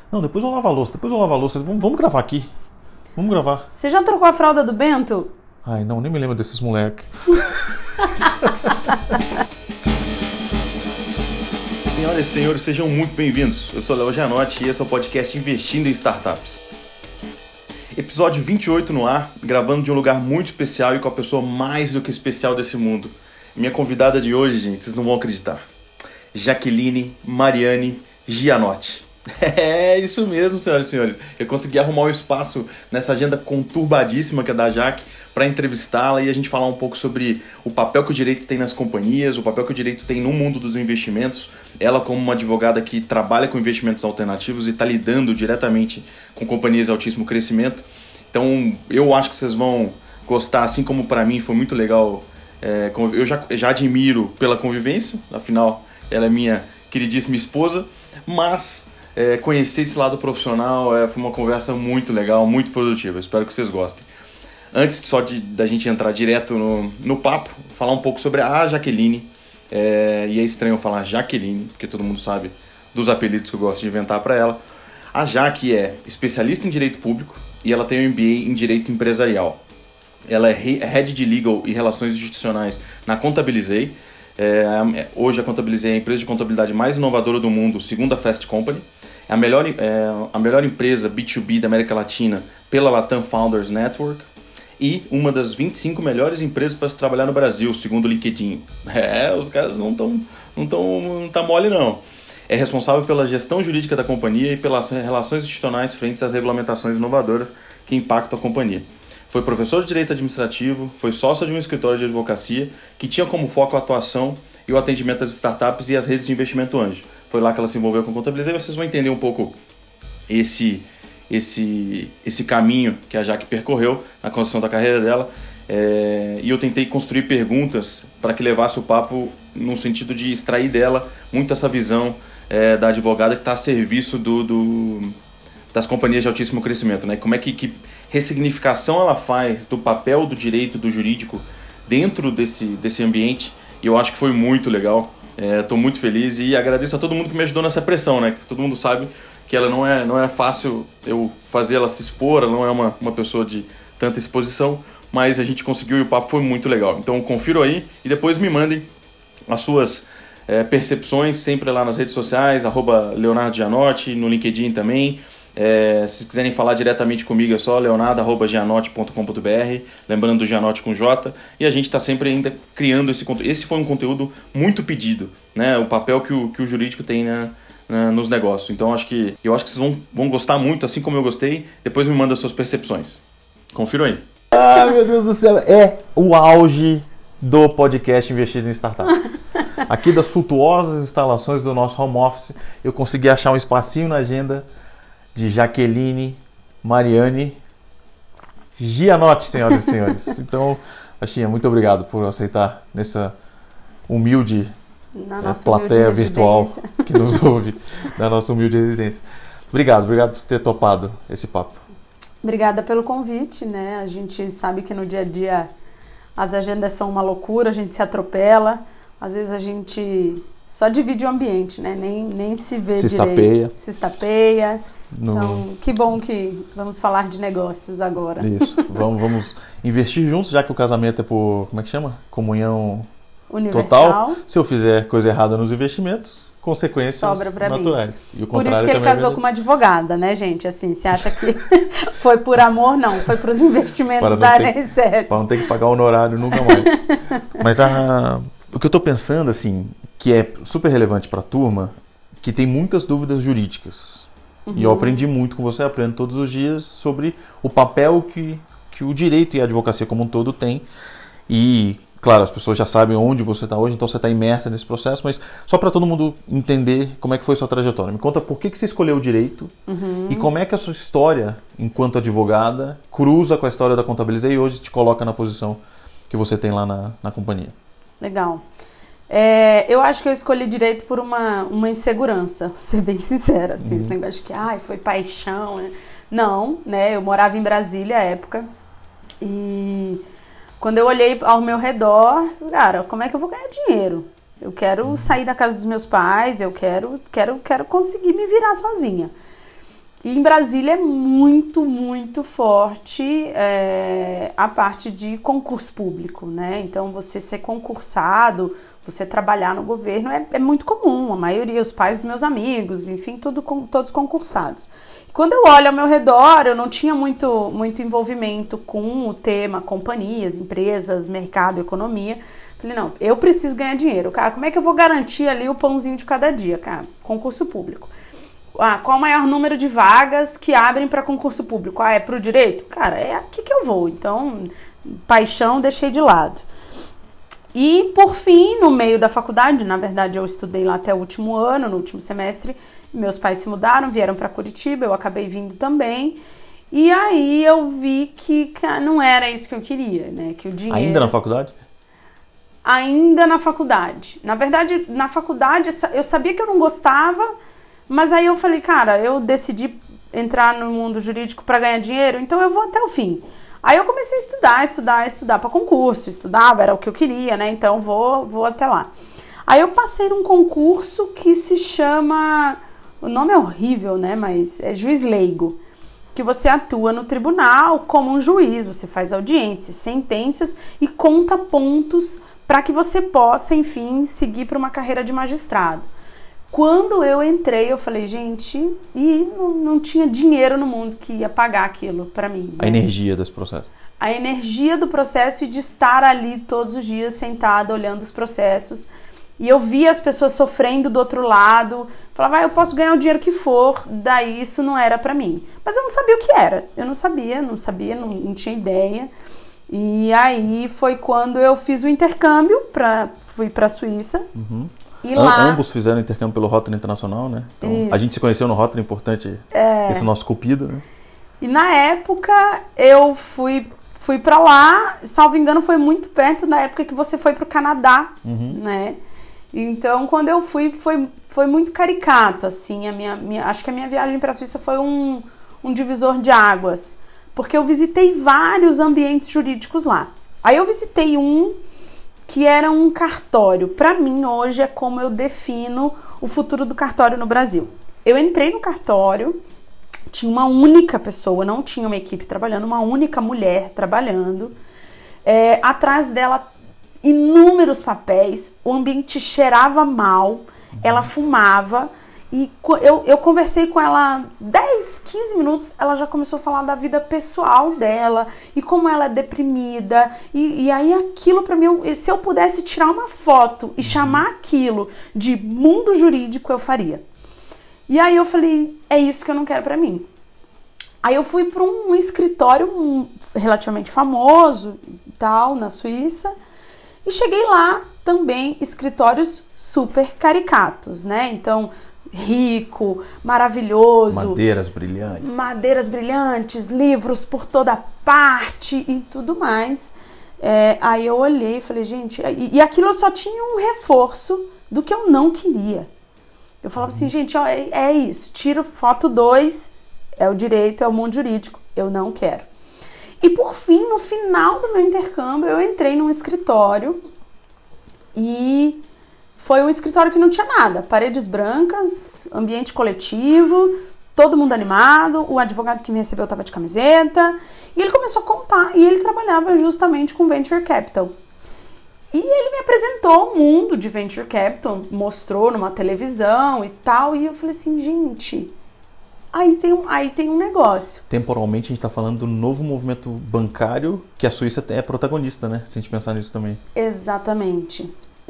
Não, depois eu lavo a louça. Vamos gravar aqui. Vamos gravar. Você já trocou a fralda do Bento? Ai, não, nem me lembro desses moleques. Senhoras e senhores, sejam muito bem-vindos. Eu sou Léo Gianotti e esse é o podcast Investindo em Startups. Episódio 28 no ar, gravando de um lugar muito especial e com a pessoa mais do que especial desse mundo. Minha convidada de hoje, gente, vocês não vão acreditar. Jaqueline Mariane Gianotti. É isso mesmo, senhoras e senhores. Eu consegui arrumar um espaço nessa agenda conturbadíssima que é da Jaque para entrevistá-la e a gente falar um pouco sobre o papel que o direito tem nas companhias, o papel que o direito tem no mundo dos investimentos. Ela como uma advogada que trabalha com investimentos alternativos e está lidando diretamente com companhias de altíssimo crescimento. Então eu acho que vocês vão gostar, assim como para mim foi muito legal. Eu já admiro pela convivência, afinal ela é minha queridíssima esposa, mas conhecer esse lado profissional foi uma conversa muito legal, muito produtiva. Espero que vocês gostem. Antes só da gente entrar direto no papo, falar um pouco sobre a Jaqueline. E é estranho falar Jaqueline, porque todo mundo sabe dos apelidos que eu gosto de inventar para ela. A Jaque é especialista em Direito Público e ela tem um MBA em Direito Empresarial. Ela é Head de Legal e Relações Institucionais na Contabilizei. Hoje a Contabilizei é a empresa de contabilidade mais inovadora do mundo, segundo a Fast Company. É a melhor empresa B2B da América Latina pela Latam Founders Network. E uma das 25 melhores empresas para se trabalhar no Brasil, segundo o LinkedIn. Os caras não tá mole não. É responsável pela gestão jurídica da companhia e pelas relações institucionais frente às regulamentações inovadoras que impactam a companhia. Foi professor de Direito Administrativo, foi sócio de um escritório de advocacia que tinha como foco a atuação e o atendimento às startups e às redes de investimento anjo. Foi lá que ela se envolveu com Contabilizei. Vocês vão entender um pouco esse caminho que a Jaque percorreu na construção da carreira dela. E eu tentei construir perguntas para que levasse o papo no sentido de extrair dela muito essa visão da advogada que está a serviço das companhias de altíssimo crescimento, né? Como é que ressignificação ela faz do papel do direito, do jurídico dentro desse ambiente. E eu acho que foi muito legal. Estou muito feliz e agradeço a todo mundo que me ajudou nessa pressão, né? Todo mundo sabe que ela não é fácil eu fazer ela se expor, ela não é uma pessoa de tanta exposição, mas a gente conseguiu e o papo foi muito legal. Então confiro aí e depois me mandem as suas percepções sempre lá nas redes sociais, @Leonardo Gianotti, no LinkedIn também. Se vocês quiserem falar diretamente comigo é só leonardo@gianotti.com.br, lembrando do Gianotti com J, e a gente está sempre ainda criando esse conteúdo. Esse foi um conteúdo muito pedido, né? O papel que o jurídico tem nos negócios. Então eu acho que vocês vão gostar muito, assim como eu gostei. Depois me manda suas percepções. Confira aí. Ah, meu Deus do céu. É o auge do podcast Investido em Startups. Aqui das suntuosas instalações do nosso home office, eu consegui achar um espacinho na agenda de Jaqueline Mariane Gianotti, senhoras e senhores. Então, Achinha, muito obrigado por aceitar nessa humilde plateia virtual que nos ouve da nossa humilde residência. Obrigado por ter topado esse papo. Obrigada pelo convite, né? A gente sabe que no dia a dia as agendas são uma loucura, a gente se atropela, às vezes a gente só divide o ambiente, né? Nem se vê direito. Se estapeia. Então, que bom que vamos falar de negócios agora. Isso, vamos investir juntos, já que o casamento é por, como é que chama? Comunhão universal. Total. Se eu fizer coisa errada nos investimentos, consequências sobra pra naturais. Mim. E o por isso que ele casou com uma advogada, né, gente? Assim, você acha que foi por amor? Não, foi para os investimentos darem certo. Para não ter que pagar honorário nunca mais. Mas o que eu estou pensando, assim, que é super relevante para a turma, que tem muitas dúvidas jurídicas. Uhum. E eu aprendi muito com você, aprendo todos os dias sobre o papel que o direito e a advocacia como um todo tem. E, claro, as pessoas já sabem onde você está hoje, então você está imersa nesse processo, mas só para todo mundo entender como é que foi sua trajetória. Me conta por que você escolheu o direito e como é que a sua história, enquanto advogada, cruza com a história da Contabilizei e hoje te coloca na posição que você tem lá na companhia. Legal. Eu acho que eu escolhi direito por uma insegurança, vou ser bem sincera, assim, esse negócio de que foi paixão, né? Não, né? Eu morava em Brasília à época e quando eu olhei ao meu redor, cara, como é que eu vou ganhar dinheiro? Eu quero sair da casa dos meus pais, eu quero conseguir me virar sozinha. E em Brasília é muito, muito forte a parte de concurso público, né? Então, você ser concursado, você trabalhar no governo é muito comum. A maioria, os pais dos meus amigos, enfim, todos concursados. E quando eu olho ao meu redor, eu não tinha muito envolvimento com o tema companhias, empresas, mercado, economia. Falei, não, eu preciso ganhar dinheiro. Cara, como é que eu vou garantir ali o pãozinho de cada dia? Cara, concurso público. Qual o maior número de vagas que abrem para concurso público? É para o direito? Cara, é aqui que eu vou. Então, paixão deixei de lado. E, por fim, no meio da faculdade, na verdade eu estudei lá até o último ano, no último semestre, meus pais se mudaram, vieram para Curitiba, eu acabei vindo também. E aí eu vi que não era isso que eu queria, né? Que o dinheiro... Ainda na faculdade? Ainda na faculdade. Na verdade, na faculdade eu sabia que eu não gostava, mas aí eu falei, cara, eu decidi entrar no mundo jurídico para ganhar dinheiro, então eu vou até o fim. Aí eu comecei a estudar para concurso, estudava, era o que eu queria, né? Então vou até lá. Aí eu passei num concurso que se chama, o nome é horrível, né? Mas é juiz leigo, que você atua no tribunal como um juiz, você faz audiências, sentenças e conta pontos para que você possa, enfim, seguir para uma carreira de magistrado. Quando eu entrei, eu falei, gente, e não tinha dinheiro no mundo que ia pagar aquilo para mim. Né? A energia desse processo. A energia do processo e de estar ali todos os dias sentada, olhando os processos. E eu via as pessoas sofrendo do outro lado. Falava, eu posso ganhar o dinheiro que for, daí isso não era para mim. Mas eu não sabia o que era. Eu não sabia, não tinha ideia. E aí foi quando eu fiz o intercâmbio, fui para a Suíça. Uhum. E lá... Ambos fizeram intercâmbio pelo Rotary Internacional, né? Então, a gente se conheceu no Rotary, importante esse nosso cupido, né? E na época eu fui para lá, salvo engano, foi muito perto da época que você foi para o Canadá, né? Então, quando eu fui, foi muito caricato, assim. Acho que a minha viagem para a Suíça foi um divisor de águas, porque eu visitei vários ambientes jurídicos lá. Aí eu visitei um que era um cartório. Para mim, hoje, é como eu defino o futuro do cartório no Brasil. Eu entrei no cartório, tinha uma única pessoa, não tinha uma equipe trabalhando, uma única mulher trabalhando. Atrás dela, inúmeros papéis, o ambiente cheirava mal, ela fumava. E eu conversei com ela 10, 15 minutos, ela já começou a falar da vida pessoal dela e como ela é deprimida. E aí aquilo pra mim, se eu pudesse tirar uma foto e chamar aquilo de mundo jurídico, eu faria. E aí eu falei, é isso que eu não quero pra mim. Aí eu fui pra um escritório relativamente famoso e tal, na Suíça, e cheguei lá também, escritórios super caricatos, né? Então... rico, maravilhoso. Madeiras brilhantes, livros por toda parte e tudo mais. Aí eu olhei e falei, gente... E aquilo só tinha um reforço do que eu não queria. Eu falava assim, gente, ó, é isso. Tiro foto 2, é o direito, é o mundo jurídico. Eu não quero. E por fim, no final do meu intercâmbio, eu entrei num escritório e... foi um escritório que não tinha nada, paredes brancas, ambiente coletivo, todo mundo animado, o advogado que me recebeu estava de camiseta, e ele começou a contar, e ele trabalhava justamente com Venture Capital. E ele me apresentou o mundo de Venture Capital, mostrou numa televisão e tal, e eu falei assim, gente, aí tem um negócio. Temporalmente a gente está falando do novo movimento bancário, que a Suíça é protagonista, né? Se a gente pensar nisso também. Exatamente.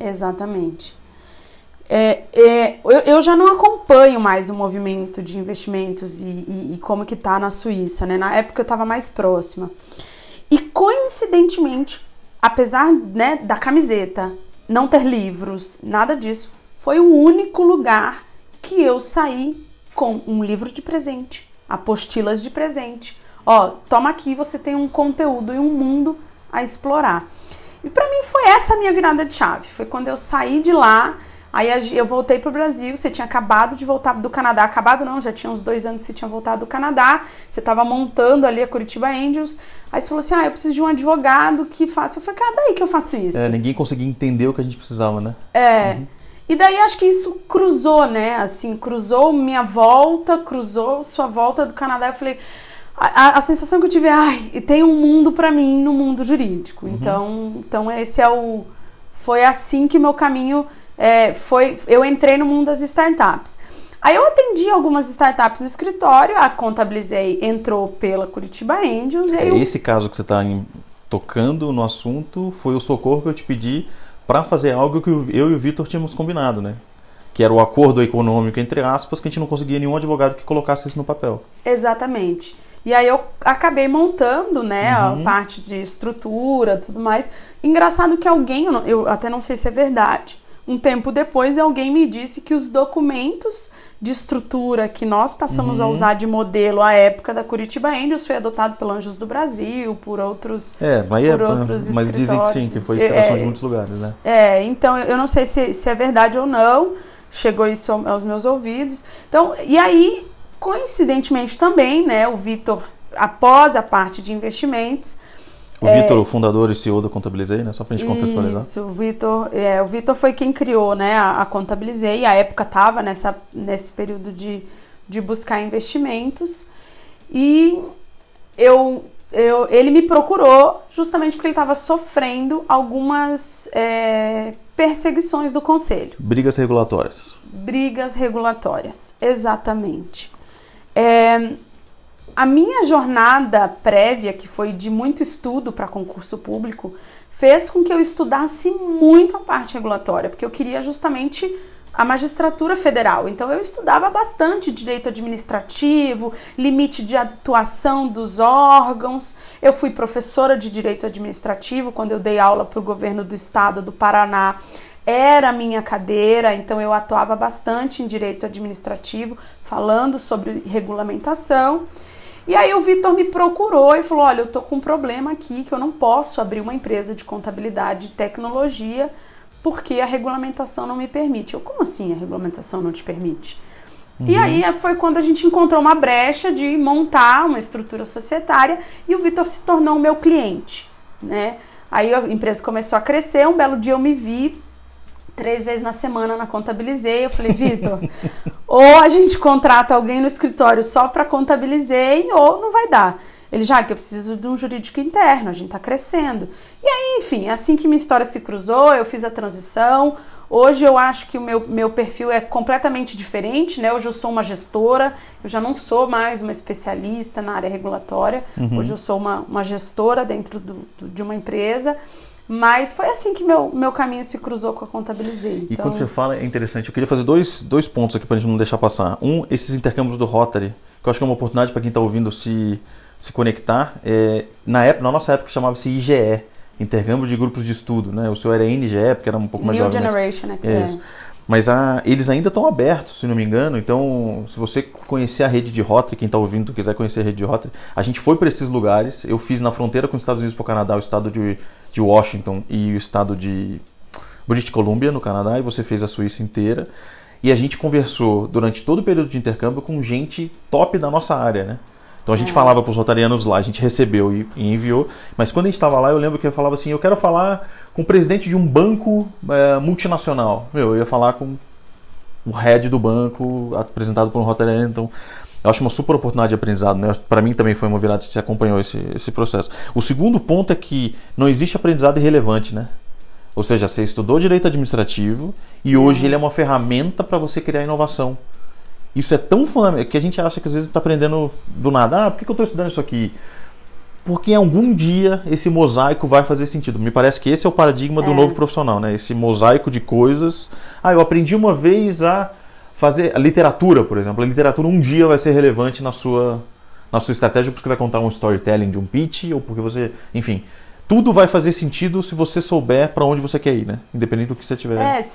Eu já não acompanho mais o movimento de investimentos e como que tá na Suíça, né? Na época eu estava mais próxima. E coincidentemente, apesar, né, da camiseta, não ter livros, nada disso, foi o único lugar que eu saí com um livro de presente, apostilas de presente. Ó, toma aqui, você tem um conteúdo e um mundo a explorar. E pra mim foi essa a minha virada de chave. Foi quando eu saí de lá. Aí eu voltei pro Brasil, você tinha acabado de voltar do Canadá, acabado não, já tinha uns 2 anos que você tinha voltado do Canadá, você estava montando ali a Curitiba Angels, aí você falou assim, eu preciso de um advogado que faça, eu falei, daí que eu faço isso? Ninguém conseguia entender o que a gente precisava, né? E daí acho que isso cruzou, né? Assim, cruzou minha volta, cruzou sua volta do Canadá. Eu falei, a sensação que eu tive é, tem um mundo para mim no mundo jurídico. Então esse foi assim que meu caminho foi. Eu entrei no mundo das startups. Aí eu atendi algumas startups no escritório, a Contabilizei entrou pela Curitiba Angels. Esse caso que você está tocando no assunto foi o socorro que eu te pedi para fazer algo que eu e o Vitor tínhamos combinado, né? Que era o acordo econômico, entre aspas, que a gente não conseguia nenhum advogado que colocasse isso no papel. Exatamente. E aí eu acabei montando, né, a parte de estrutura, tudo mais. Engraçado que eu até não sei se é verdade, um tempo depois alguém me disse que os documentos de estrutura que nós passamos a usar de modelo à época da Curitiba Angels foi adotado pelo Anjos do Brasil, por outros escritórios. Mas dizem que sim, que foi inspiração de muitos lugares, né? Então eu não sei se é verdade ou não, chegou isso aos meus ouvidos. Então, e aí, coincidentemente também, né, o Vitor, após a parte de investimentos... O Vitor, o fundador e CEO da Contabilizei, né? Só pra gente contextualizar. Isso, o Vitor foi quem criou, né, a Contabilizei, a época estava nesse período de buscar investimentos, e ele me procurou justamente porque ele estava sofrendo algumas perseguições do conselho. Brigas regulatórias. Brigas regulatórias, exatamente. A minha jornada prévia, que foi de muito estudo para concurso público, fez com que eu estudasse muito a parte regulatória, porque eu queria justamente a magistratura federal. Então eu estudava bastante direito administrativo, limite de atuação dos órgãos. Eu fui professora de direito administrativo quando eu dei aula para o governo do estado do Paraná. Era a minha cadeira, então eu atuava bastante em direito administrativo, falando sobre regulamentação. E aí o Vitor me procurou e falou, olha, eu tô com um problema aqui que eu não posso abrir uma empresa de contabilidade e tecnologia porque a regulamentação não me permite. Eu, como assim a regulamentação não te permite? E aí foi quando a gente encontrou uma brecha de montar uma estrutura societária e o Vitor se tornou o meu cliente, né? Aí a empresa começou a crescer, um belo dia eu me vi 3 vezes na semana na Contabilizei. Eu falei, Vitor, ou a gente contrata alguém no escritório só para Contabilizei ou não vai dar. Ele, já que eu preciso de um jurídico interno, a gente está crescendo. E aí, enfim, assim que minha história se cruzou, eu fiz a transição. Hoje eu acho que o meu perfil é completamente diferente, né? Hoje eu sou uma gestora, eu já não sou mais uma especialista na área regulatória. Hoje eu sou uma gestora dentro de uma empresa. Mas foi assim que meu caminho se cruzou com a Contabilizei. E quando você fala, é interessante. Eu queria fazer dois pontos aqui para a gente não deixar passar. Esses intercâmbios do Rotary, que eu acho que é uma oportunidade para quem está ouvindo se conectar. Na nossa época chamava-se IGE, Intercâmbio de Grupos de Estudo, né? O seu era NGE, porque era um pouco mais jovem. New Generation, né? Mas eles ainda estão abertos, se não me engano. Então, se você conhecer a rede de Rotary, quem está ouvindo quiser conhecer a rede de Rotary, a gente foi para esses lugares. Eu fiz na fronteira com os Estados Unidos para o Canadá, o estado de Washington e o estado de British Columbia, no Canadá, e você fez a Suíça inteira. E a gente conversou durante todo o período de intercâmbio com gente top da nossa área, né? Então a gente falava para os rotarianos lá, a gente recebeu e enviou, mas quando a gente estava lá eu lembro que eu falava assim, eu quero falar com o presidente de um banco multinacional. Eu ia falar com o head do banco, apresentado por um rotariano. Então eu acho uma super oportunidade de aprendizado, né? Para mim também foi uma virada, você acompanhou esse processo. O segundo ponto é que não existe aprendizado irrelevante, né? Ou seja, você estudou direito administrativo e hoje ele é uma ferramenta para você criar inovação. Isso é tão fundamental que a gente acha que às vezes está aprendendo do nada. Por que eu estou estudando isso aqui? Porque em algum dia esse mosaico vai fazer sentido. Me parece que esse é o paradigma do novo profissional, né? Esse mosaico de coisas. Eu aprendi uma vez a fazer a literatura, por exemplo. A literatura um dia vai ser relevante na sua estratégia porque vai contar um storytelling de um pitch ou porque você... Enfim, tudo vai fazer sentido se você souber para onde você quer ir, né? Independente do que você tiver.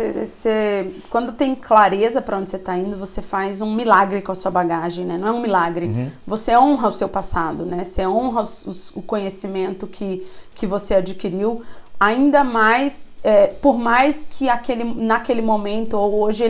Quando tem clareza para onde você está indo, você faz um milagre com a sua bagagem, né? Não é um milagre. Você honra o seu passado, né? Você honra o conhecimento que você adquiriu, ainda mais, por mais que naquele momento ou hoje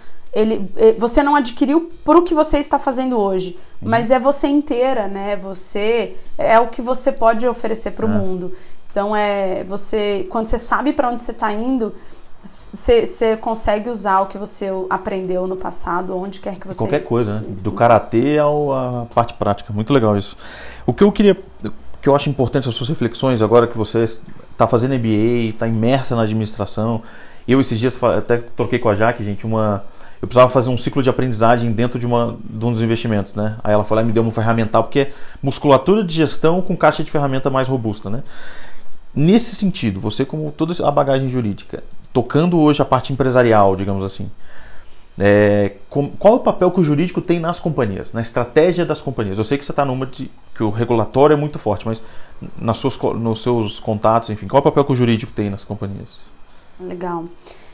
você não adquiriu para o que você está fazendo hoje, mas é você inteira, né? Você é o que você pode oferecer para o mundo. Então quando você sabe para onde você está indo, Você consegue usar o que você aprendeu no passado, onde quer que você... Qualquer coisa, né? Do karatê à parte prática. Muito legal isso. O que eu acho importante as suas reflexões, agora que você está fazendo MBA, está imersa na administração. Eu, esses dias, até troquei com a Jaque, gente, eu precisava fazer um ciclo de aprendizagem dentro de um dos investimentos, né? Aí ela foi lá e me deu uma ferramental, porque é musculatura de gestão com caixa de ferramenta mais robusta, né? Nesse sentido, você, como toda a bagagem jurídica, tocando hoje a parte empresarial, digamos assim, qual é o papel que o jurídico tem nas companhias, na estratégia das companhias? Eu sei que você está numa que o regulatório é muito forte, mas nos seus contatos, enfim, qual é o papel que o jurídico tem nas companhias? Legal.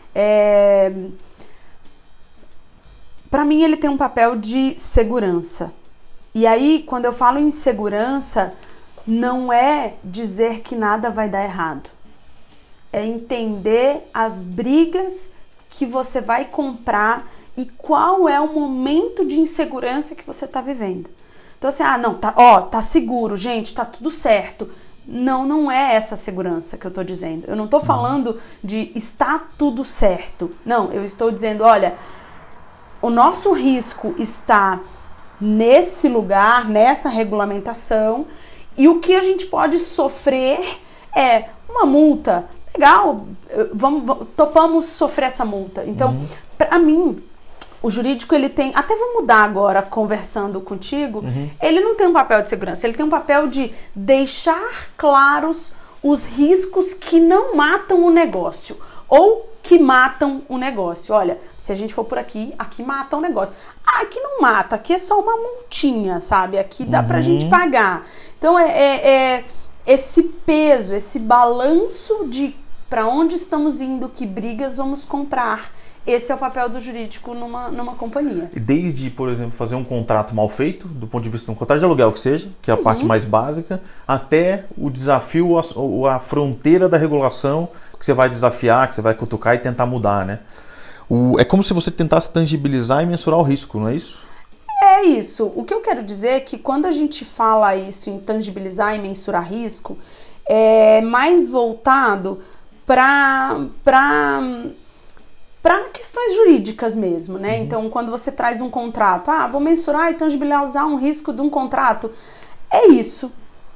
Para mim, ele tem um papel de segurança. E aí, quando eu falo em segurança, não é dizer que nada vai dar errado. É entender as brigas que você vai comprar e qual é o momento de insegurança que você está vivendo. Então, assim, tá seguro, gente, tá tudo certo. Não é essa segurança que eu estou dizendo. Eu não estou falando de está tudo certo. Não, eu estou dizendo, olha, o nosso risco está nesse lugar, nessa regulamentação, e o que a gente pode sofrer é uma multa. Legal, topamos sofrer essa multa. Então, para mim, o jurídico, ele tem, até vou mudar agora conversando contigo, ele não tem um papel de segurança, ele tem um papel de deixar claros os riscos que não matam o negócio, ou que matam o negócio. Olha, se a gente for por aqui mata o negócio. Aqui não mata, aqui é só uma multinha, sabe? Aqui dá pra gente pagar. Então, esse peso, esse balanço de para onde estamos indo, que brigas vamos comprar. Esse é o papel do jurídico numa companhia. Desde, por exemplo, fazer um contrato mal feito, do ponto de vista de um contrato de aluguel que seja, que é a parte mais básica, até o desafio, a fronteira da regulação que você vai desafiar, que você vai cutucar e tentar mudar, né? É como se você tentasse tangibilizar e mensurar o risco, não é isso? É isso. O que eu quero dizer é que quando a gente fala isso em tangibilizar e mensurar risco, é mais voltado para questões jurídicas mesmo, né? Então, quando você traz um contrato, vou mensurar e tangibilizar um risco de um contrato, é isso,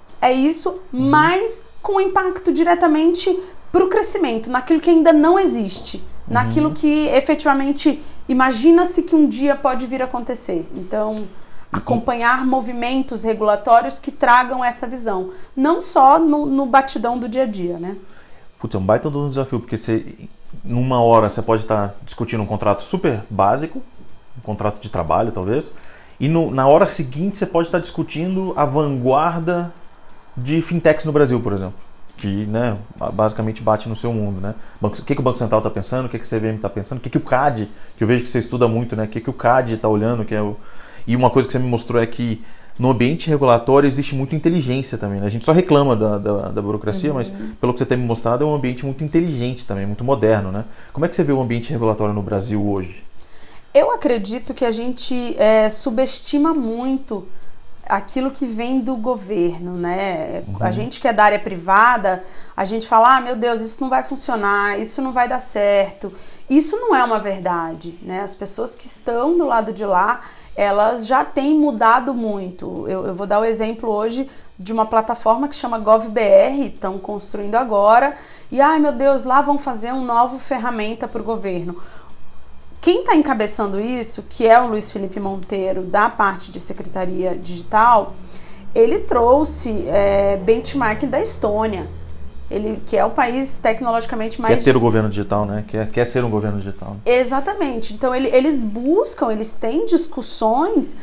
mas com impacto diretamente para o crescimento, naquilo que ainda não existe, naquilo que efetivamente imagina-se que um dia pode vir a acontecer. Então, acompanhar movimentos regulatórios que tragam essa visão, não só no batidão do dia a dia, né? Putz, é um baita de um desafio, porque numa hora você pode estar discutindo um contrato super básico, um contrato de trabalho talvez, e na hora seguinte você pode estar discutindo a vanguarda de fintechs no Brasil, por exemplo, que, né, basicamente bate no seu mundo, né? O que o Banco Central está pensando, o que a CVM está pensando, o que o CAD, que eu vejo que você estuda muito, né? O que o CAD está olhando, e uma coisa que você me mostrou é que no ambiente regulatório existe muita inteligência também, né? A gente só reclama da burocracia, mas pelo que você tem me mostrado é um ambiente muito inteligente também, muito moderno, né? Como é que você vê o ambiente regulatório no Brasil hoje? Eu acredito que a gente subestima muito aquilo que vem do governo, né? A gente que é da área privada, a gente fala, meu Deus, isso não vai funcionar, isso não vai dar certo. Isso não é uma verdade, né? As pessoas que estão do lado de lá, elas já têm mudado muito. Eu vou dar o exemplo hoje de uma plataforma que chama GovBR, estão construindo agora, e meu Deus, lá vão fazer uma nova ferramenta para o governo. Quem está encabeçando isso, que é o Luiz Felipe Monteiro, da parte de Secretaria Digital, ele trouxe benchmark da Estônia, que é o país tecnologicamente mais... Quer ter o governo digital, né? Quer ser um governo digital. Exatamente. Então, eles têm discussões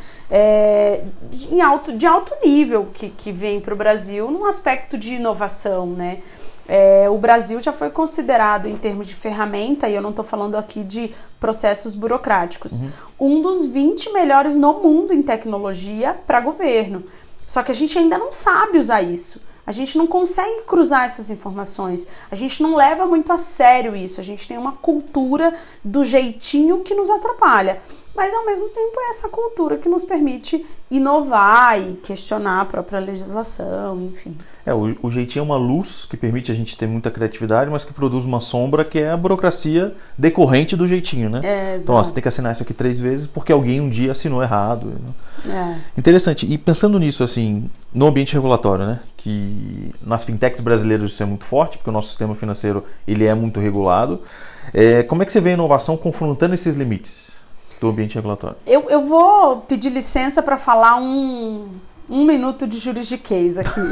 de alto nível que vem para o Brasil num aspecto de inovação, né? O Brasil já foi considerado, em termos de ferramenta, e eu não estou falando aqui de processos burocráticos, um dos 20 melhores no mundo em tecnologia para governo. Só que a gente ainda não sabe usar isso. A gente não consegue cruzar essas informações, a gente não leva muito a sério isso, a gente tem uma cultura do jeitinho que nos atrapalha, mas ao mesmo tempo é essa cultura que nos permite inovar e questionar a própria legislação, enfim. O jeitinho é uma luz que permite a gente ter muita criatividade, mas que produz uma sombra que é a burocracia decorrente do jeitinho, né? Então, você tem que assinar isso aqui 3 vezes porque alguém um dia assinou errado. Interessante. E pensando nisso, assim, no ambiente regulatório, né? Que nas fintechs brasileiras isso é muito forte, porque o nosso sistema financeiro ele é muito regulado. Como é que você vê a inovação confrontando esses limites do ambiente regulatório? Eu vou pedir licença para falar um minuto de juridiquês aqui.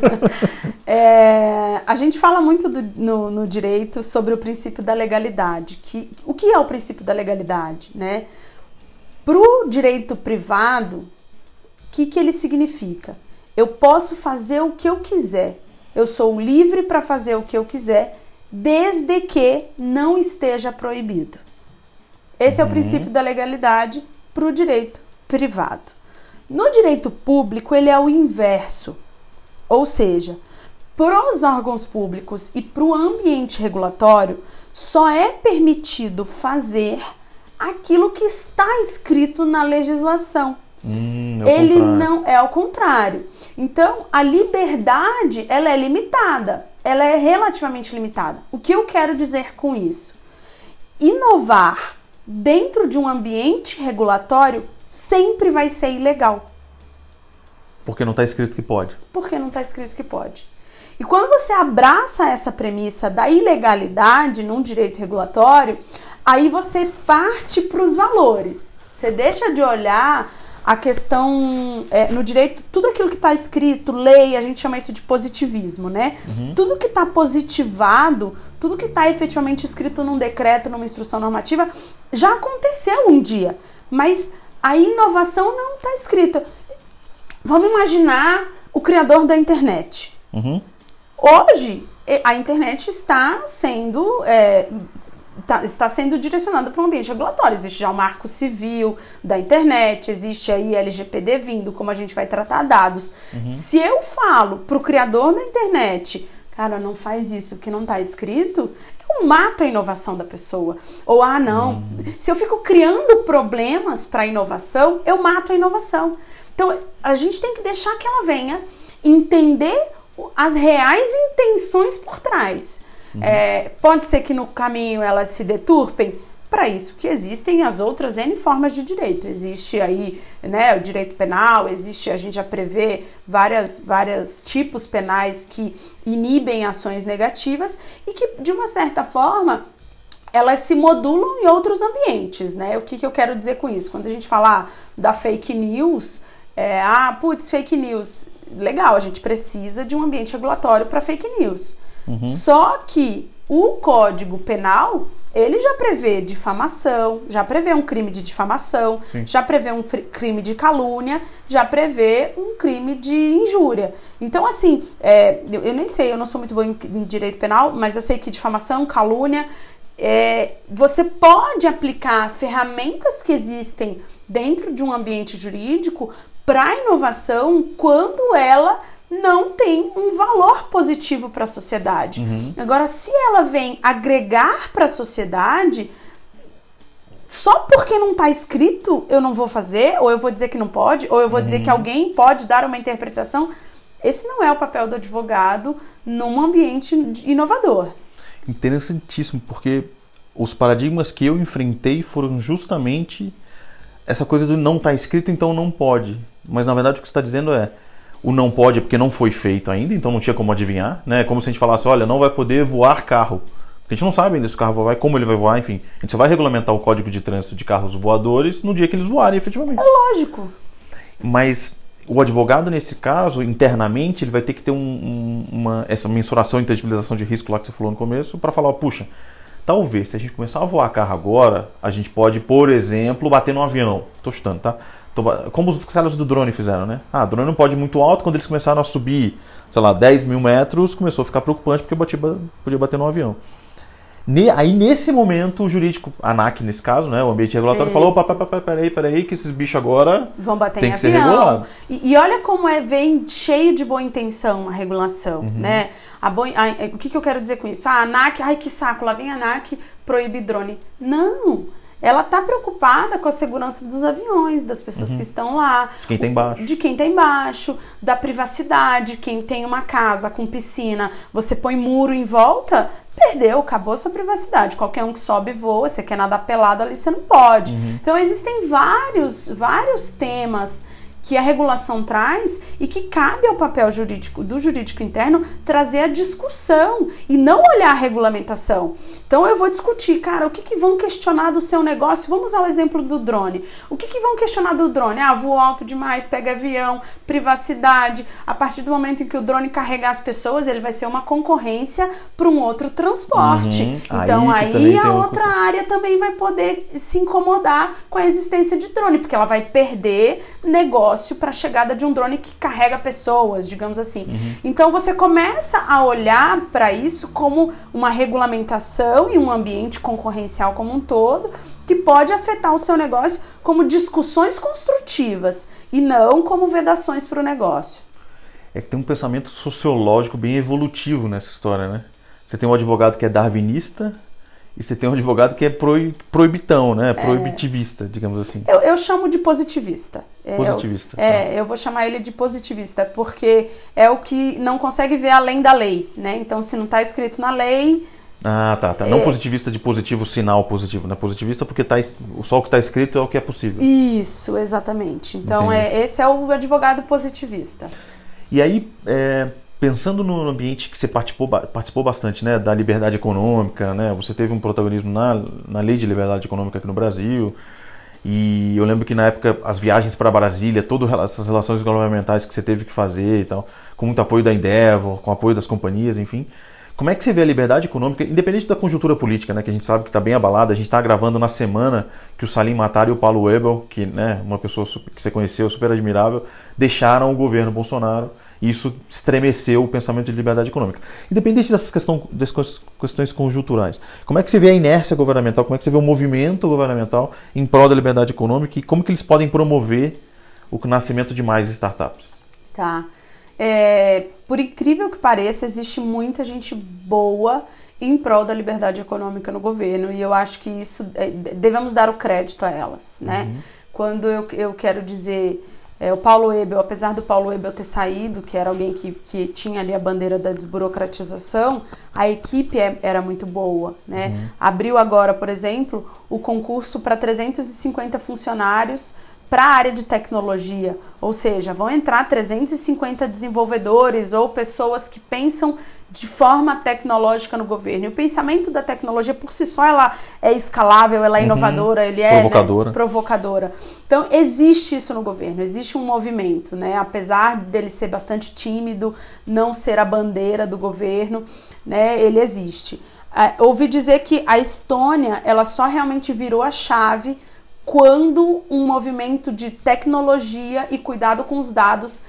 A gente fala muito no direito sobre o princípio da legalidade. O que é o princípio da legalidade, né? Para o direito privado, o que ele significa? Eu posso fazer o que eu quiser. Eu sou livre para fazer o que eu quiser, desde que não esteja proibido. Esse é o princípio da legalidade para o direito privado. No direito público, ele é o inverso. Ou seja, para os órgãos públicos e para o ambiente regulatório, só é permitido fazer aquilo que está escrito na legislação. Ele não é ao contrário. Então, a liberdade, ela é limitada. Ela é relativamente limitada. O que eu quero dizer com isso? Inovar dentro de um ambiente regulatório sempre vai ser ilegal. Porque não está escrito que pode. Porque não está escrito que pode. E quando você abraça essa premissa da ilegalidade num direito regulatório, aí você parte para os valores. Você deixa de olhar a questão, no direito, tudo aquilo que está escrito, lei, a gente chama isso de positivismo, né? Tudo que está positivado, tudo que está efetivamente escrito num decreto, numa instrução normativa, já aconteceu um dia, mas a inovação não está escrita. Vamos imaginar o criador da internet. Hoje, a internet está sendo direcionada para um ambiente regulatório. Existe já o marco civil da internet, existe aí LGPD vindo, como a gente vai tratar dados. Se eu falo para o criador da internet, cara, não faz isso porque não está escrito, eu mato a inovação da pessoa. Ou, não, se eu fico criando problemas para a inovação, eu mato a inovação. Então, a gente tem que deixar que ela venha entender as reais intenções por trás. Pode ser que no caminho elas se deturpem. Para isso que existem as outras N formas de direito. Existe aí, né, o direito penal, a gente já prevê vários tipos penais que inibem ações negativas e que, de uma certa forma, elas se modulam em outros ambientes, né? O que eu quero dizer com isso? Quando a gente fala da fake news, fake news, legal, a gente precisa de um ambiente regulatório para fake news. Só que o Código Penal, ele já prevê difamação, já prevê um crime de difamação, já prevê um crime de calúnia, já prevê um crime de injúria. Então, assim, eu nem sei, eu não sou muito boa em direito penal, mas eu sei que difamação, calúnia, você pode aplicar ferramentas que existem dentro de um ambiente jurídico para a inovação quando ela não tem um valor positivo para a sociedade. Agora, se ela vem agregar para a sociedade, só porque não está escrito, eu não vou fazer, ou eu vou dizer que não pode, ou eu vou dizer que alguém pode dar uma interpretação. Esse não é o papel do advogado num ambiente inovador. Interessantíssimo, porque os paradigmas que eu enfrentei foram justamente essa coisa do não está escrito, então não pode. Mas, na verdade, o que você está dizendo o não pode porque não foi feito ainda, então não tinha como adivinhar, né? É como se a gente falasse, olha, não vai poder voar carro. Porque a gente não sabe ainda se o carro vai voar, como ele vai voar, enfim. A gente só vai regulamentar o código de trânsito de carros voadores no dia que eles voarem, efetivamente. É lógico. Mas o advogado, nesse caso, internamente, ele vai ter que ter essa mensuração e tangibilização de risco lá que você falou no começo, para falar, puxa, talvez, se a gente começar a voar carro agora, a gente pode, por exemplo, bater num avião. Estou chutando, tá? Como os caras do drone fizeram, né? O drone não pode ir muito alto. Quando eles começaram a subir, 10 mil metros, começou a ficar preocupante porque podia bater no avião. Aí, nesse momento, o jurídico, a ANAC, nesse caso, né, o ambiente regulatório, falou, opa, peraí, que esses bichos agora vão bater tem em que avião. ser regulado. E olha como vem cheio de boa intenção a regulação, né? O que eu quero dizer com isso? A ANAC, ai que saco, lá vem a ANAC proíbe drone. Não! Ela está preocupada com a segurança dos aviões, das pessoas que estão lá. De quem está embaixo. Da privacidade. Quem tem uma casa com piscina, você põe muro em volta, perdeu, acabou a sua privacidade. Qualquer um que sobe e voa, você quer nadar pelado ali, você não pode. Então existem vários temas que a regulação traz e que cabe ao papel do jurídico interno trazer a discussão e não olhar a regulamentação. Então eu vou discutir, cara, o que vão questionar do seu negócio? Vamos usar o exemplo do drone. O que vão questionar do drone? Voa alto demais, pega avião, privacidade. A partir do momento em que o drone carregar as pessoas, ele vai ser uma concorrência para um outro transporte. Então aí a outra área também vai poder se incomodar com a existência de drone, porque ela vai perder negócio para a chegada de um drone que carrega pessoas, digamos assim. Então você começa a olhar para isso como uma regulamentação e um ambiente concorrencial como um todo, que pode afetar o seu negócio como discussões construtivas e não como vedações para o negócio. É que tem um pensamento sociológico bem evolutivo nessa história, né? Você tem um advogado que é darwinista e você tem um advogado que é proibitão, né? Proibitivista, digamos assim. Eu chamo de positivista. Positivista. Eu vou chamar ele de positivista, porque é o que não consegue ver além da lei, né? Então, se não está escrito na lei... Tá. Não positivista de positivo, sinal positivo, né? Positivista porque só o que está escrito é o que é possível. Isso, exatamente. Então, esse é o advogado positivista. E aí, pensando no ambiente que você participou bastante, né, da liberdade econômica, né, você teve um protagonismo na lei de liberdade econômica aqui no Brasil, e eu lembro que na época as viagens para Brasília, todas essas relações governamentais que você teve que fazer e tal, com muito apoio da Endeavor, com apoio das companhias, enfim. Como é que você vê a liberdade econômica, independente da conjuntura política, né, que a gente sabe que está bem abalada? A gente está gravando na semana que o Salim Matar e o Paulo Webel, que, né, uma pessoa que você conheceu, super admirável, deixaram o governo Bolsonaro. E isso estremeceu o pensamento de liberdade econômica. Independente dessas questões conjunturais, como é que você vê a inércia governamental, como é que você vê o movimento governamental em prol da liberdade econômica e como que eles podem promover o nascimento de mais startups? Tá. Por incrível que pareça, existe muita gente boa em prol da liberdade econômica no governo, e eu acho que isso devemos dar o crédito a elas, né? Quando eu quero dizer... o Paulo Webel, apesar do Paulo Webel ter saído, que era alguém que tinha ali a bandeira da desburocratização, a equipe era muito boa, né? Abriu agora, por exemplo, o concurso para 350 funcionários para a área de tecnologia, ou seja, vão entrar 350 desenvolvedores ou pessoas que pensam de forma tecnológica no governo. E o pensamento da tecnologia por si só, ela é escalável, ela é inovadora, ele é provocadora. Então existe isso no governo, existe um movimento, né? Apesar dele ser bastante tímido, não ser a bandeira do governo, né? Ele existe. Ouvi dizer que a Estônia, ela só realmente virou a chave quando um movimento de tecnologia e cuidado com os dados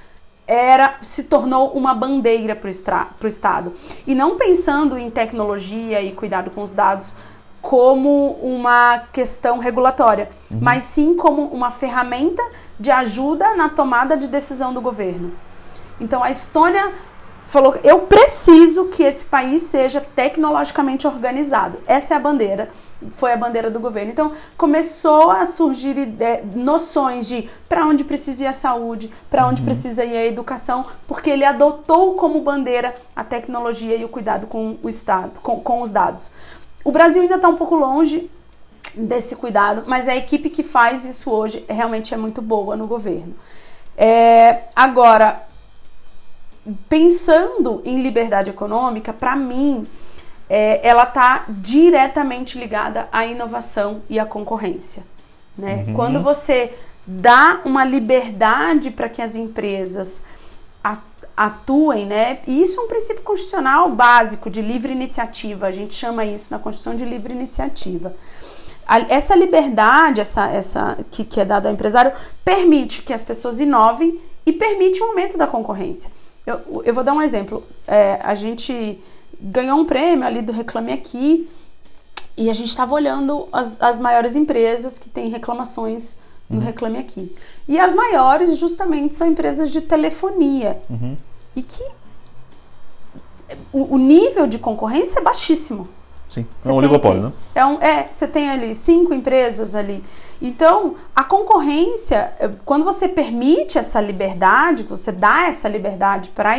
se tornou uma bandeira para o Estado. E não pensando em tecnologia e cuidado com os dados como uma questão regulatória, mas sim como uma ferramenta de ajuda na tomada de decisão do governo. Então a Estônia falou: eu preciso que esse país seja tecnologicamente organizado. Essa é a bandeira, foi a bandeira do governo. Então começou a surgir noções de para onde precisa ir a saúde, para onde precisa ir a educação, porque ele adotou como bandeira a tecnologia e o cuidado com o Estado, com os dados. O Brasil ainda está um pouco longe desse cuidado, mas a equipe que faz isso hoje realmente é muito boa no governo. Agora, pensando em liberdade econômica, para mim, ela está diretamente ligada à inovação e à concorrência, né? Quando você dá uma liberdade para que as empresas atuem, né? E isso é um princípio constitucional básico de livre iniciativa, a gente chama isso na Constituição de livre iniciativa. Essa liberdade, que é dada ao empresário, permite que as pessoas inovem e permite o aumento da concorrência. Eu vou dar um exemplo. A gente ganhou um prêmio ali do Reclame Aqui E a gente estava olhando as maiores empresas que têm reclamações no Reclame Aqui. E as maiores, justamente, são empresas de telefonia. E que o nível de concorrência é baixíssimo. Sim, é um oligopólio, né? Você tem ali 5 empresas ali. Então, a concorrência, quando você permite essa liberdade, você dá essa liberdade para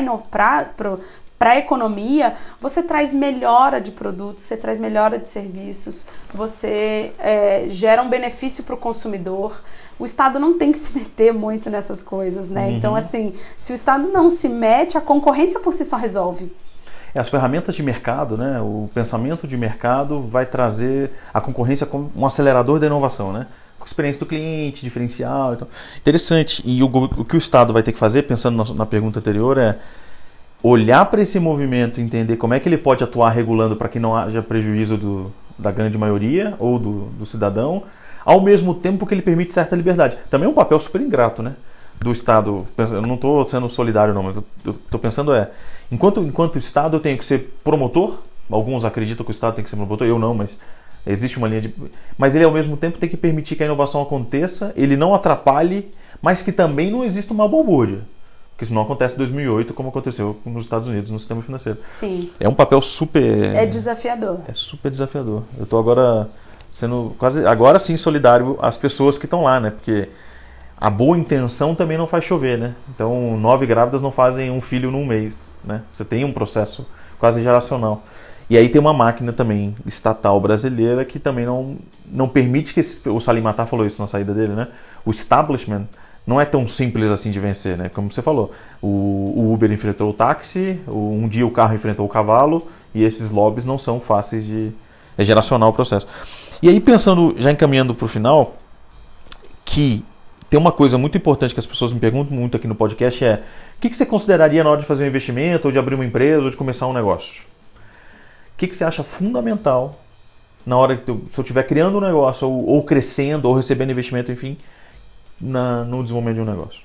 a economia, você traz melhora de produtos, você traz melhora de serviços, você gera um benefício para o consumidor. O Estado não tem que se meter muito nessas coisas, né? Então, assim, se o Estado não se mete, a concorrência por si só resolve. As ferramentas de mercado, né? O pensamento de mercado vai trazer a concorrência como um acelerador da inovação, né? Com experiência do cliente, diferencial. Então. Interessante. E o que o Estado vai ter que fazer, pensando na pergunta anterior, é olhar para esse movimento e entender como é que ele pode atuar regulando para que não haja prejuízo da grande maioria ou do cidadão, ao mesmo tempo que ele permite certa liberdade. Também é um papel super ingrato, né? Do Estado. Eu não estou sendo solidário não, mas eu estou pensando enquanto Estado eu tenho que ser promotor, alguns acreditam que o Estado tem que ser promotor, eu não, mas existe uma linha de... Mas ele ao mesmo tempo tem que permitir que a inovação aconteça, ele não atrapalhe, mas que também não exista uma balbúrdia. Porque isso não acontece em 2008 como aconteceu nos Estados Unidos, no sistema financeiro. Sim. É um papel super... É desafiador. É super desafiador. Eu estou agora sendo quase... Agora sim solidário às pessoas que estão lá, né? Porque a boa intenção também não faz chover, né? Então 9 grávidas não fazem um filho num mês, né? Você tem um processo quase geracional. E aí tem uma máquina também estatal brasileira que também não permite que o Salim Matar falou isso na saída dele, né? O establishment não é tão simples assim de vencer, né? Como você falou, o Uber enfrentou o táxi, um dia o carro enfrentou o cavalo, e esses lobbies não são fáceis de... É geracional o processo. E aí pensando, já encaminhando para o final, que tem uma coisa muito importante que as pessoas me perguntam muito aqui no podcast o que você consideraria na hora de fazer um investimento, ou de abrir uma empresa, ou de começar um negócio? O que você acha fundamental na hora que se eu estiver criando um negócio, ou crescendo, ou recebendo investimento, enfim, no desenvolvimento de um negócio?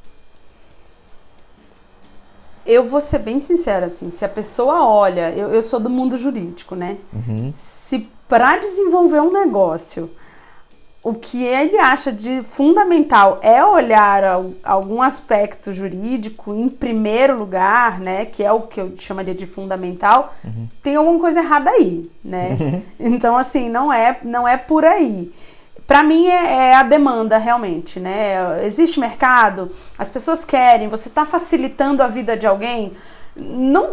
Eu vou ser bem sincera, assim, se a pessoa olha, eu sou do mundo jurídico, né? Se para desenvolver um negócio, o que ele acha de fundamental é olhar algum aspecto jurídico em primeiro lugar, né, que é o que eu chamaria de fundamental, tem alguma coisa errada aí, né? Então, assim, não é por aí. Para mim é a demanda realmente, né? Existe mercado, as pessoas querem, você está facilitando a vida de alguém, não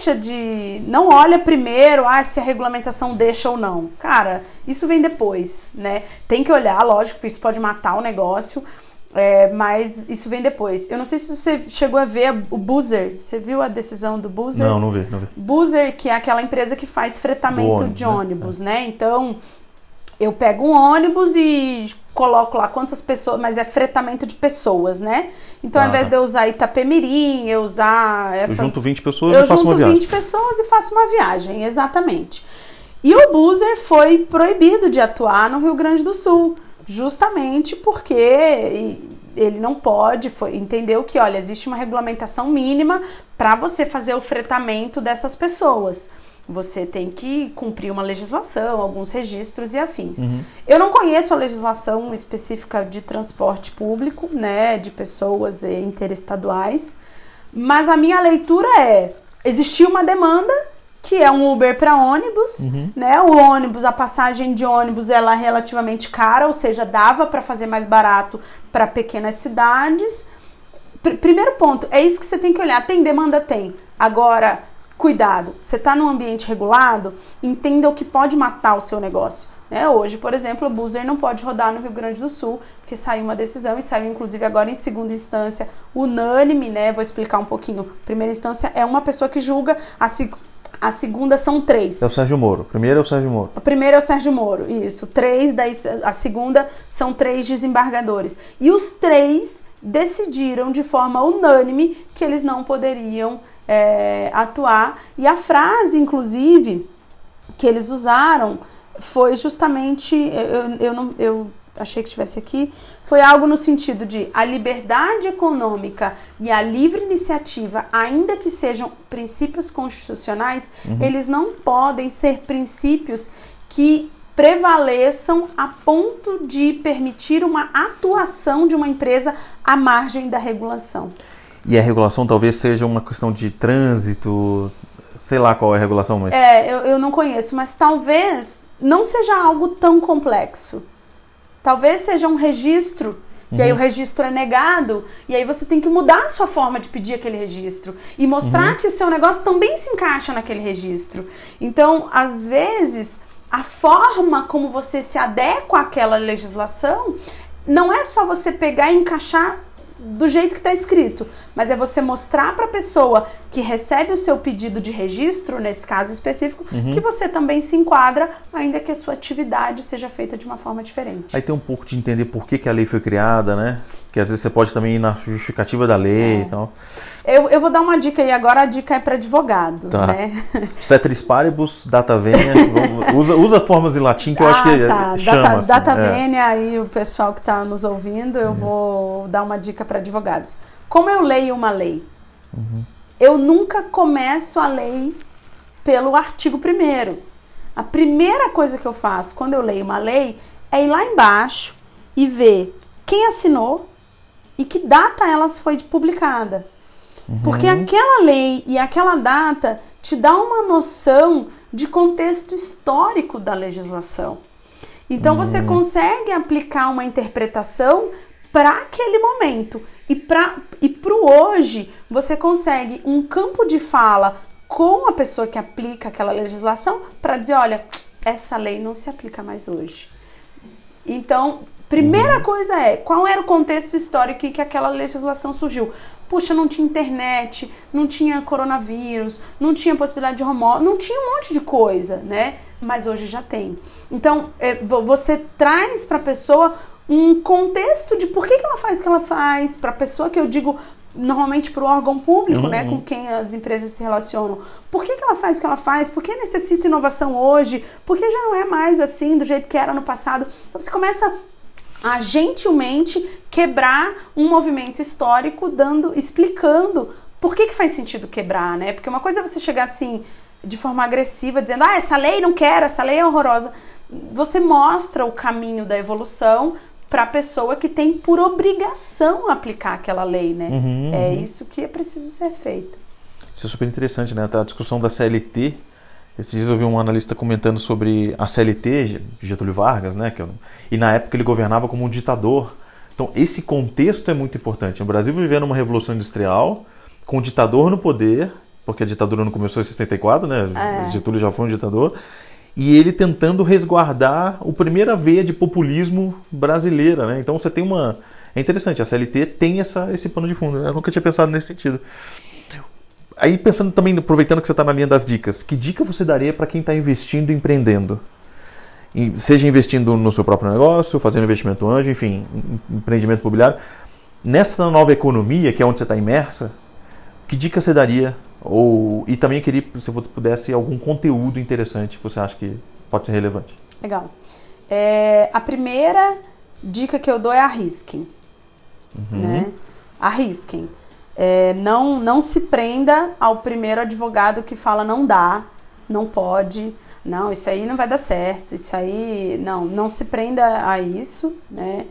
olha primeiro se a regulamentação deixa ou não. Cara, isso vem depois, né? Tem que olhar, lógico, porque isso pode matar o negócio, mas isso vem depois. Eu não sei se você chegou a ver o Buzzer. Você viu a decisão do Buzzer? Não vi. Buzzer, que é aquela empresa que faz fretamento de ônibus, né? Então, eu pego um ônibus e coloco lá quantas pessoas, mas é fretamento de pessoas, né? Então, ao invés de eu usar Itapemirim, eu usar essas... Eu junto 20 pessoas e faço uma viagem. Eu junto 20 pessoas e faço uma viagem, exatamente. E o Buzzer foi proibido de atuar no Rio Grande do Sul, justamente porque ele não pode, entendeu que, olha, existe uma regulamentação mínima para você fazer o fretamento dessas pessoas. Você tem que cumprir uma legislação, alguns registros e afins. Eu não conheço a legislação específica de transporte público, né, de pessoas interestaduais, mas a minha leitura existia uma demanda, que é um Uber para ônibus, né, o ônibus, a passagem de ônibus, ela é relativamente cara, ou seja, dava para fazer mais barato para pequenas cidades. Primeiro ponto, é isso que você tem que olhar, tem demanda? Tem. Agora, cuidado, você está num ambiente regulado, entenda o que pode matar o seu negócio. Né? Hoje, por exemplo, o Buzzer não pode rodar no Rio Grande do Sul, porque saiu uma decisão e saiu inclusive agora em segunda instância unânime, né? Vou explicar um pouquinho. Primeira instância é uma pessoa que julga, a segunda são 3. É o Sérgio Moro. Primeiro é o Sérgio Moro. O primeiro é o Sérgio Moro, isso. A segunda são 3 desembargadores. E os 3 decidiram de forma unânime que eles não poderiam atuar, e a frase, inclusive, que eles usaram foi justamente, eu achei que estivesse aqui, foi algo no sentido de a liberdade econômica e a livre iniciativa, ainda que sejam princípios constitucionais, eles não podem ser princípios que prevaleçam a ponto de permitir uma atuação de uma empresa à margem da regulação. E a regulação talvez seja uma questão de trânsito, sei lá qual é a regulação, mas... Eu não conheço, mas talvez não seja algo tão complexo. Talvez seja um registro, que aí o registro é negado, e aí você tem que mudar a sua forma de pedir aquele registro e mostrar que o seu negócio também se encaixa naquele registro. Então, às vezes, a forma como você se adequa àquela legislação não é só você pegar e encaixar do jeito que está escrito, mas é você mostrar para a pessoa que recebe o seu pedido de registro, nesse caso específico, que você também se enquadra, ainda que a sua atividade seja feita de uma forma diferente. Aí tem um pouco de entender por que a lei foi criada, né? Que às vezes você pode também ir na justificativa da lei e tal. Eu vou dar uma dica aí agora, a dica é para advogados, né? Ceteris paribus, data venia, usa formas em latim que eu acho que chama. Data venia, aí o pessoal que está nos ouvindo, eu vou dar uma dica para advogados. Como eu leio uma lei? Eu nunca começo a lei pelo artigo 1º. A primeira coisa que eu faço quando eu leio uma lei é ir lá embaixo e ver quem assinou e que data ela foi publicada. Porque aquela lei e aquela data te dá uma noção de contexto histórico da legislação. Então você consegue aplicar uma interpretação para aquele momento. E para o hoje, você consegue um campo de fala com a pessoa que aplica aquela legislação para dizer, olha, essa lei não se aplica mais hoje. Então, primeira coisa é, qual era o contexto histórico em que aquela legislação surgiu? Puxa, não tinha internet, não tinha coronavírus, não tinha possibilidade de home office, não tinha um monte de coisa, né? Mas hoje já tem. Então, você traz para a pessoa um contexto de por que ela faz o que ela faz, para a pessoa que eu digo, normalmente para o órgão público, né, com quem as empresas se relacionam. Por que ela faz o que ela faz? Por que necessita inovação hoje? Por que já não é mais assim, do jeito que era no passado? Então, você começa a gentilmente quebrar um movimento histórico, explicando por que faz sentido quebrar, né? Porque uma coisa é você chegar assim, de forma agressiva, dizendo, essa lei não quero, essa lei é horrorosa. Você mostra o caminho da evolução para a pessoa que tem por obrigação aplicar aquela lei, né? É isso que é preciso ser feito. Isso é super interessante, né? A discussão da CLT. Esses dias eu vi um analista comentando sobre a CLT, Getúlio Vargas, né? E na época ele governava como um ditador. Então esse contexto é muito importante. O Brasil vivendo uma revolução industrial, com o ditador no poder, porque a ditadura não começou em 64, né? Getúlio já foi um ditador. E ele tentando resguardar a primeira veia de populismo brasileira, né? Então você tem uma... É interessante, a CLT tem esse pano de fundo, né? Eu nunca tinha pensado nesse sentido. Aí pensando também, aproveitando que você está na linha das dicas, que dica você daria para quem está investindo e empreendendo? Seja investindo no seu próprio negócio, fazendo investimento anjo, enfim, empreendimento imobiliário. Nessa nova economia, que é onde você está imersa, que dica você daria? E também eu queria que você pudesse algum conteúdo interessante que você acha que pode ser relevante. Legal. A primeira dica que eu dou é arrisquem. Né? Arrisquem. Não se prenda ao primeiro advogado que fala não dá, não pode, não, isso aí não vai dar certo, isso aí, não se prenda a isso, né?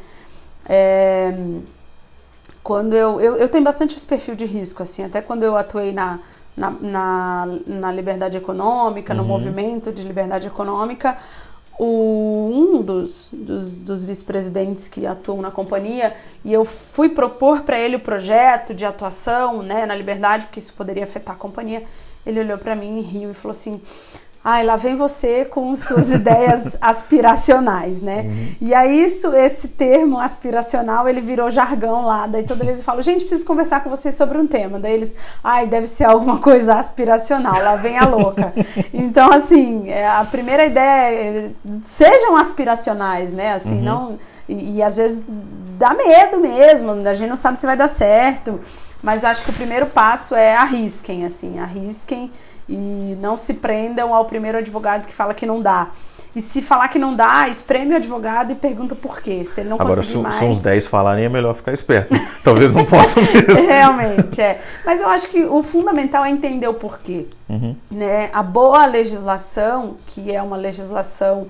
Quando eu tenho bastante esse perfil de risco, assim, até quando eu atuei na liberdade econômica, no movimento de liberdade econômica, um dos vice-presidentes que atuam na companhia, e eu fui propor para ele o projeto de atuação, né, na liberdade, porque isso poderia afetar a companhia. Ele olhou para mim e riu e falou assim, lá vem você com suas ideias aspiracionais, né? E aí esse termo aspiracional, ele virou jargão lá, daí toda vez eu falo, gente, preciso conversar com vocês sobre um tema, daí eles, deve ser alguma coisa aspiracional, lá vem a louca. Então, assim, a primeira ideia é, sejam aspiracionais, né? Assim, não, e às vezes dá medo mesmo, a gente não sabe se vai dar certo, mas acho que o primeiro passo é arrisquem, assim, arrisquem, e não se prendam ao primeiro advogado que fala que não dá. E se falar que não dá, espreme o advogado e pergunta por quê. Se ele não conseguir mais... Agora, se uns 10 falarem, é melhor ficar esperto. Talvez não possa mesmo. Realmente, Mas eu acho que o fundamental é entender o porquê. Né? A boa legislação, que é uma legislação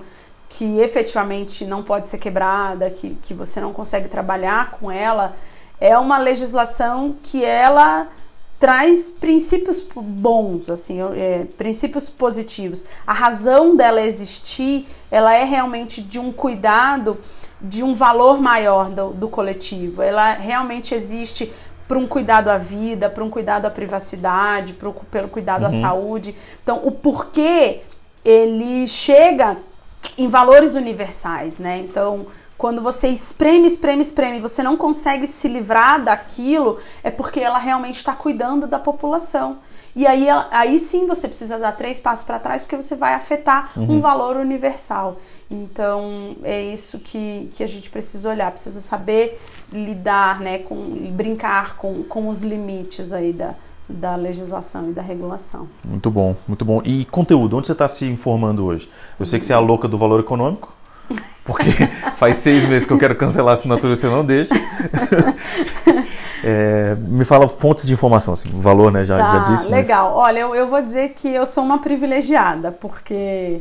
que efetivamente não pode ser quebrada, que você não consegue trabalhar com ela, é uma legislação que ela traz princípios bons, assim, princípios positivos. A razão dela existir, ela é realmente de um cuidado, de um valor maior do coletivo. Ela realmente existe para um cuidado à vida, para um cuidado à privacidade, pelo cuidado à saúde. Então, o porquê ele chega em valores universais, né? Então, quando você espreme, você não consegue se livrar daquilo, é porque ela realmente está cuidando da população. E aí sim você precisa dar 3 passos para trás, porque você vai afetar um valor universal. Então, é isso que a gente precisa olhar, precisa saber lidar, né, brincar com os limites aí da legislação e da regulação. Muito bom, muito bom. E conteúdo, onde você está se informando hoje? Eu sei que você é a louca do valor econômico, porque faz 6 meses que eu quero cancelar a assinatura e você não deixa. Me fala fontes de informação, assim, o valor, né, já disse. Legal. Mas... Olha, eu vou dizer que eu sou uma privilegiada, porque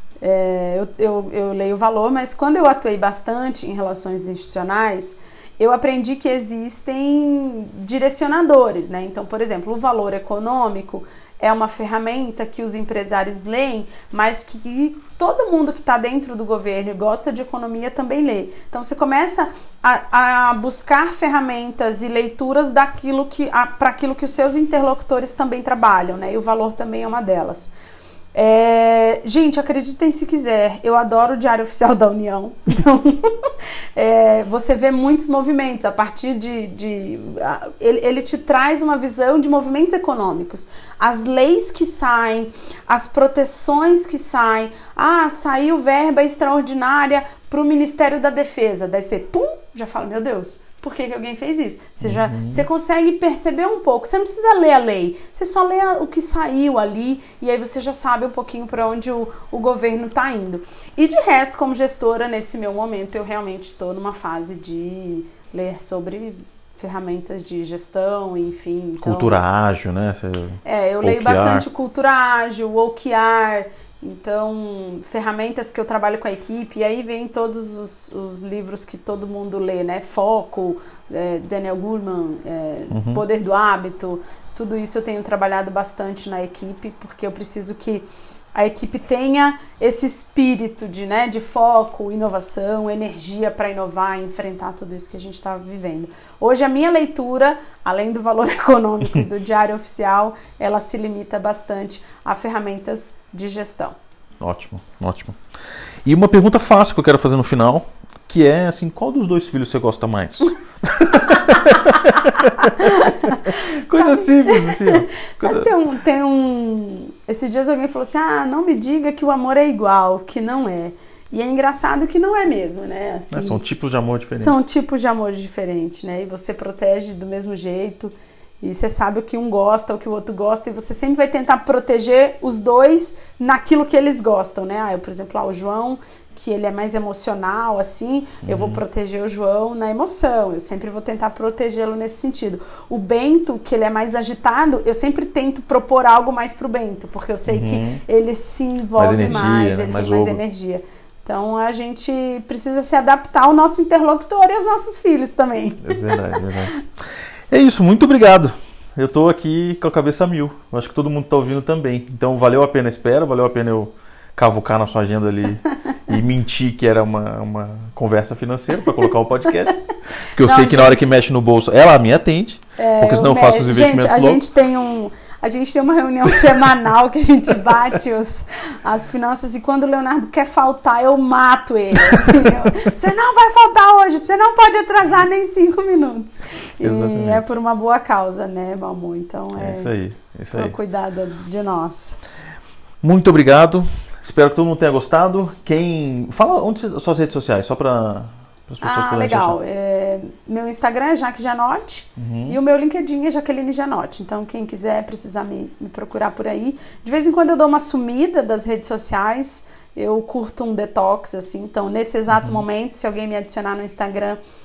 eu leio o valor, mas quando eu atuei bastante em relações institucionais, eu aprendi que existem direcionadores, né? Então, por exemplo, o valor econômico é uma ferramenta que os empresários leem, mas que todo mundo que está dentro do governo e gosta de economia também lê. Então, você começa a buscar ferramentas e leituras para aquilo que os seus interlocutores também trabalham, né? E o valor também é uma delas. Gente, acreditem se quiser, eu adoro o Diário Oficial da União. Então, você vê muitos movimentos a partir ele te traz uma visão de movimentos econômicos, as leis que saem, as proteções que saem. Saiu verba extraordinária para o Ministério da Defesa, daí você, já fala, meu Deus, por que alguém fez isso? Você consegue perceber um pouco, você não precisa ler a lei, você só lê o que saiu ali e aí você já sabe um pouquinho para onde o governo está indo. E de resto, como gestora, nesse meu momento, eu realmente estou numa fase de ler sobre ferramentas de gestão, enfim. Então, cultura ágil, né? Eu leio bastante cultura ágil, OKR. Então, ferramentas que eu trabalho com a equipe, e aí vem todos os livros que todo mundo lê, né? Foco, Daniel Goleman, Poder do Hábito, tudo isso eu tenho trabalhado bastante na equipe, porque eu preciso que a equipe tenha esse espírito de foco, inovação, energia para inovar e enfrentar tudo isso que a gente está vivendo. Hoje a minha leitura, além do valor econômico e do Diário Oficial, ela se limita bastante a ferramentas de gestão. Ótimo, ótimo. E uma pergunta fácil que eu quero fazer no final, que é assim, qual dos 2 filhos você gosta mais? Coisa simples, assim. Sabe, esses dias alguém falou assim, não me diga que o amor é igual, que não é. E é engraçado que não é mesmo, né? Assim, são tipos de amor diferentes. São tipos de amor diferentes, né? E você protege do mesmo jeito. E você sabe o que um gosta, o que o outro gosta, e você sempre vai tentar proteger os dois naquilo que eles gostam, né? Por exemplo, o João, que ele é mais emocional, assim, eu vou proteger o João na emoção, eu sempre vou tentar protegê-lo nesse sentido. O Bento, que ele é mais agitado, eu sempre tento propor algo mais pro Bento, porque eu sei que ele se envolve mais, ele tem mais energia. Então, a gente precisa se adaptar ao nosso interlocutor e aos nossos filhos também. É verdade, é verdade. É isso, muito obrigado. Eu estou aqui com a cabeça a mil. Eu acho que todo mundo está ouvindo também. Então, valeu a pena a espera, valeu a pena eu cavucar na sua agenda ali e mentir que era uma conversa financeira para colocar o podcast. Porque eu sei que na hora que mexe no bolso, ela me atende, porque senão eu faço os investimentos logo. A gente tem uma reunião semanal que a gente bate as finanças e quando o Leonardo quer faltar, eu mato ele. Assim, você não vai faltar hoje, você não pode atrasar nem 5 minutos. Exatamente. E é por uma boa causa, né, Mamu? Então isso aí. Por cuidar de nós. Muito obrigado. Espero que todo mundo tenha gostado. Fala onde suas redes sociais, só para as pessoas poderem legal. Meu Instagram é Jaque Janotti e o meu LinkedIn é Jaqueline Janotti. Então, quem quiser precisar me procurar por aí. De vez em quando eu dou uma sumida das redes sociais, eu curto um detox, assim. Então, nesse exato momento, se alguém me adicionar no Instagram,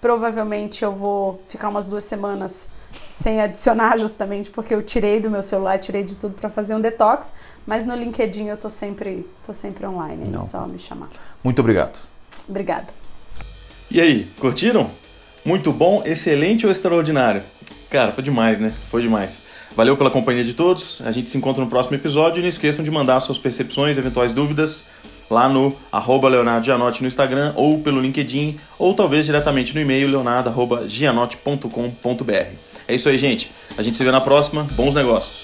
Provavelmente eu vou ficar umas 2 semanas sem adicionar, justamente porque eu tirei do meu celular, tirei de tudo para fazer um detox, mas no LinkedIn eu tô sempre online, é só me chamar. Muito obrigado. Obrigada. E aí, curtiram? Muito bom, excelente ou extraordinário? Cara, foi demais, né? Foi demais. Valeu pela companhia de todos, a gente se encontra no próximo episódio e não esqueçam de mandar suas percepções, eventuais dúvidas lá no @leonardogianotti no Instagram ou pelo LinkedIn ou talvez diretamente no e-mail leonardo@gianotti.com.br. É isso aí, gente. A gente se vê na próxima. Bons negócios.